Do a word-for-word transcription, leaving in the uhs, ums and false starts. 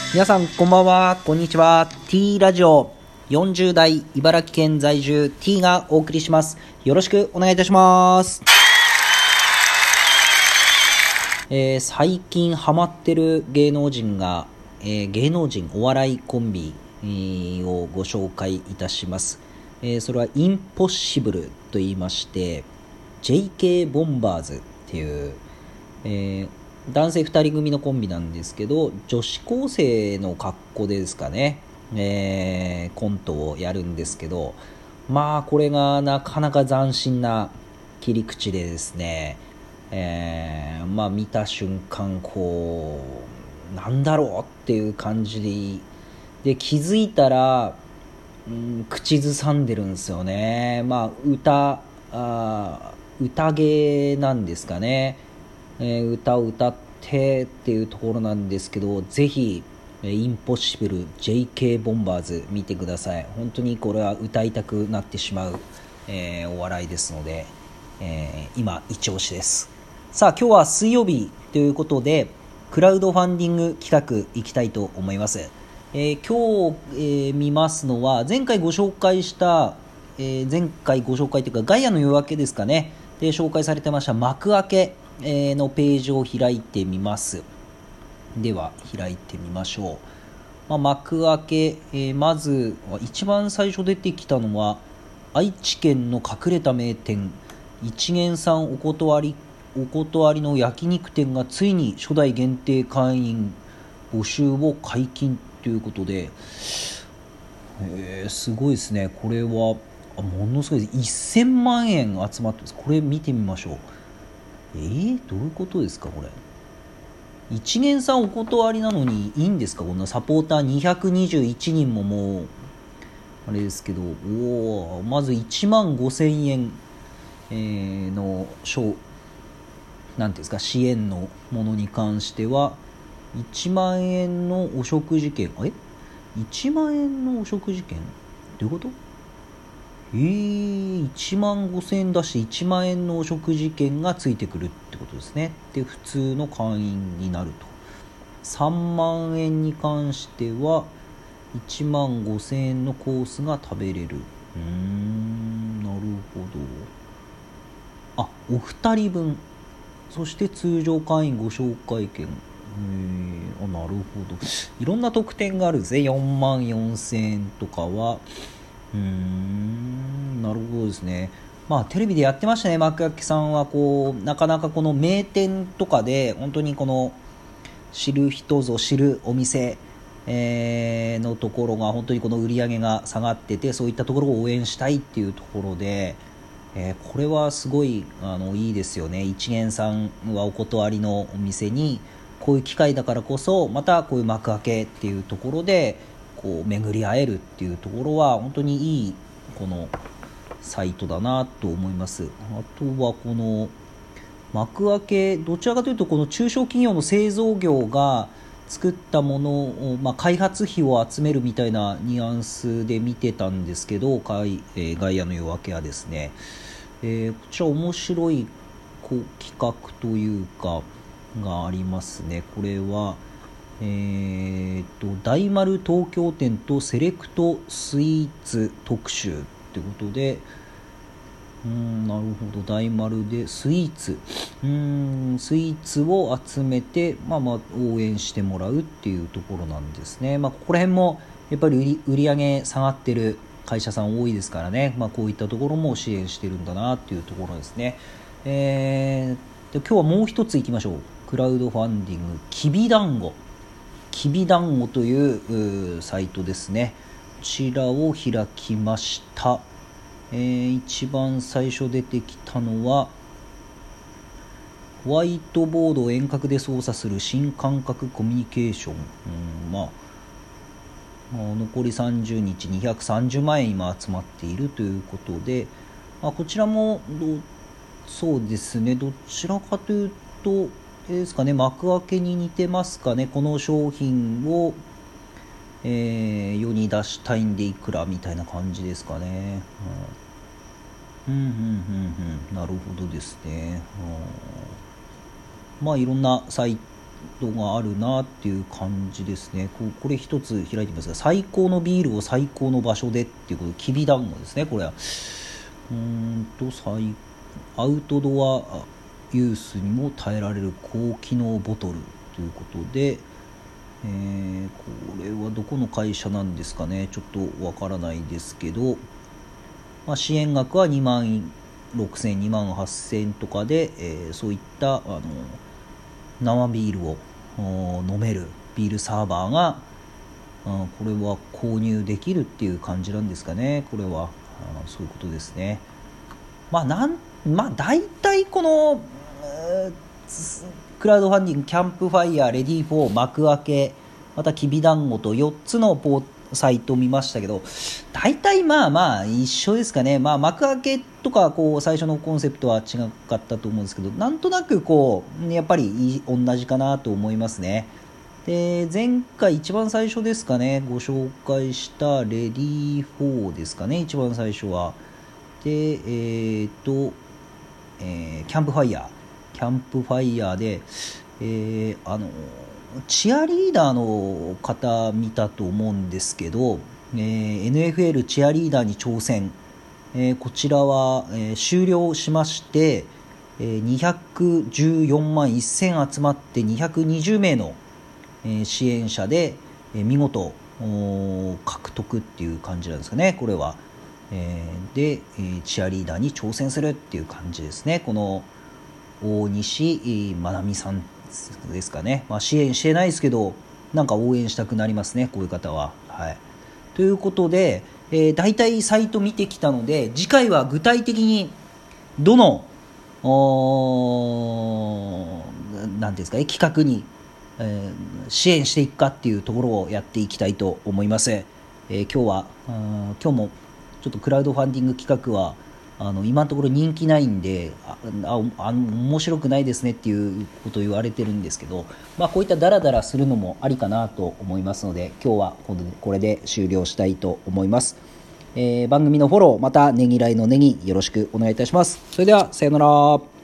皆さんこんばんは、こんにちは。 T ラジオよんじゅう代茨城県在住 T がお送りします。よろしくお願いいたします。えー、最近ハマってる芸能人が、えー、芸能人お笑いコンビ、えー、をご紹介いたします。えー、それはインポッシブルと言いまして ジェイケー ボンバーズっていう、えー、男性ふたり組のコンビなんですけど、女子高生の格好でですかね、えー、コントをやるんですけど、まあこれがなかなか斬新な切り口でですね、えー、まあ見た瞬間こうなんだろうっていう感じで、で気づいたら、うん、口ずさんでるんですよね。まあ歌あ宴なんですかね、えー、歌を歌ってっていうところなんですけど、ぜひインポッシブル ジェイケー ボンバーズ見てください。本当にこれは歌いたくなってしまう、えー、お笑いですので、えー、今一押しです。さあ今日は水曜日ということでクラウドファンディング企画いきたいと思います。えー、今日、えー、見ますのは前回ご紹介した、えー、前回ご紹介というかガイアの夜明けですかねで紹介されてました幕開けのページを開いてみます。では開いてみましょう。まあ、幕開け、えー、まず一番最初出てきたのは愛知県の隠れた名店一元さんお断りお断りの焼肉店がついに初代限定会員募集を解禁ということで、えー、すごいですね。これはものすごいです。せんまんえん集まってます。これ見てみましょう。えー、どういうことですかこれ。一元さんお断りなのにいいんですか。こんなサポーターにひゃくにじゅういちにんももうあれですけど、おまずいちまんごせんえん、えー、の賞なんていうんですか支援のものに関してはいちまんえんのお食事券、えいちまんえんのお食事券どういうこと。えー、いちまんごせんえん出していちまんえんのお食事券がついてくるってことですね。で普通の会員になるとさんまんえんに関してはいちまんごせんえんのコースが食べれる。うーんなるほど。あお二人分、そして通常会員ご紹介券、えー、あなるほど。いろんな特典があるんですね。よんまんよんせんえんとかはうーんなるほどですね。まあテレビでやってましたね。幕開さんはこうなかなかこの名店とかで本当にこの知る人ぞ知るお店、えーのところが本当にこの売り上げが下がってて、そういったところを応援したいっていうところで、えーこれはすごいあのいいですよね。一元さんはお断りのお店にこういう機会だからこそまたこういう幕開けっていうところでこう巡り合えるっていうところは本当にいいこのサイトだなと思います。あとはこの幕開けどちらかというとこの中小企業の製造業が作ったものを、まあ、開発費を集めるみたいなニュアンスで見てたんですけど、ガイ、えー、ガイアの夜明けはですね、えー、こちら面白いこう企画というかがありますね。これはえー、と大丸東京店とセレクトスイーツ特集ってことで、うーんなるほど。大丸でスイーツうーんスイーツを集めて、まあ、まあ応援してもらうっていうところなんですね。まあ、ここら辺もやっぱり売り、売り上げ下がってる会社さん多いですからね、まあ、こういったところも支援してるんだなっていうところですね。えー、で今日はもう一ついきましょう。クラウドファンディングきびだんごきびだんごというサイトですね。こちらを開きました。えー、一番最初出てきたのはホワイトボードを遠隔で操作する新感覚コミュニケーション、うんまあ、まあ残りさんじゅうにちにひゃくさんじゅうまんえん今集まっているということで、まあ、こちらもどそうですねどちらかというとですかね、幕開けに似てますかね。この商品を、えー、世に出したいんでいくらみたいな感じですかね。うん、うんうんうんうんなるほどですね。うんまあいろんなサイ度があるなっていう感じですね。ここれ一つ開いてみますが、最高のビールを最高の場所でっていうこと、きびだんごですね。これはうーんと最アウトドアユースにも耐えられる高機能ボトルということで、えー、これはどこの会社なんですかね、ちょっとわからないですけど、まあ、支援額はにまんろくせん、にまんはっせんとかで、えー、そういったあの生ビールを飲めるビールサーバーが、うん、これは購入できるっていう感じなんですかね。これはあそういうことですね。まあなんまあ大体このクラウドファンディング、キャンプファイヤー、レディーフォー、幕開け、またきびだんごとよっつのポーサイト見ましたけど、大体まあまあ一緒ですかね。まあ幕開けとかこう最初のコンセプトは違かったと思うんですけど、なんとなくこうやっぱり同じかなと思いますね。で前回一番最初ですかね、ご紹介したレディーフォーですかね、一番最初は。でえー、っと、えー、キャンプファイヤーキャンプファイヤーで、えー、あのチアリーダーの方見たと思うんですけど、えー、エヌエフエル チアリーダーに挑戦、えー、こちらは、えー、終了しまして、えー、にひゃくじゅうよんまんせん集まってにひゃくにじゅうめいの、えー、支援者で、えー、見事獲得っていう感じなんですかね、これは。えー、で、えー、チアリーダーに挑戦するっていう感じですね。この大西まなみさんですかね。まあ、支援してないですけどなんか応援したくなりますね、こういう方は。はい、ということで、えー、大体サイト見てきたので、次回は具体的にどのなんですかね、企画に、えー、支援していくかっていうところをやっていきたいと思います。えー、今日は今日もちょっとクラウドファンディング企画はあの今のところ人気ないんで、あああ面白くないですねっていうことを言われてるんですけど、まあ、こういったダラダラするのもありかなと思いますので、今日はこれで終了したいと思います。えー、番組のフォローまたねぎらいのネギよろしくお願いいたします。それではさよなら。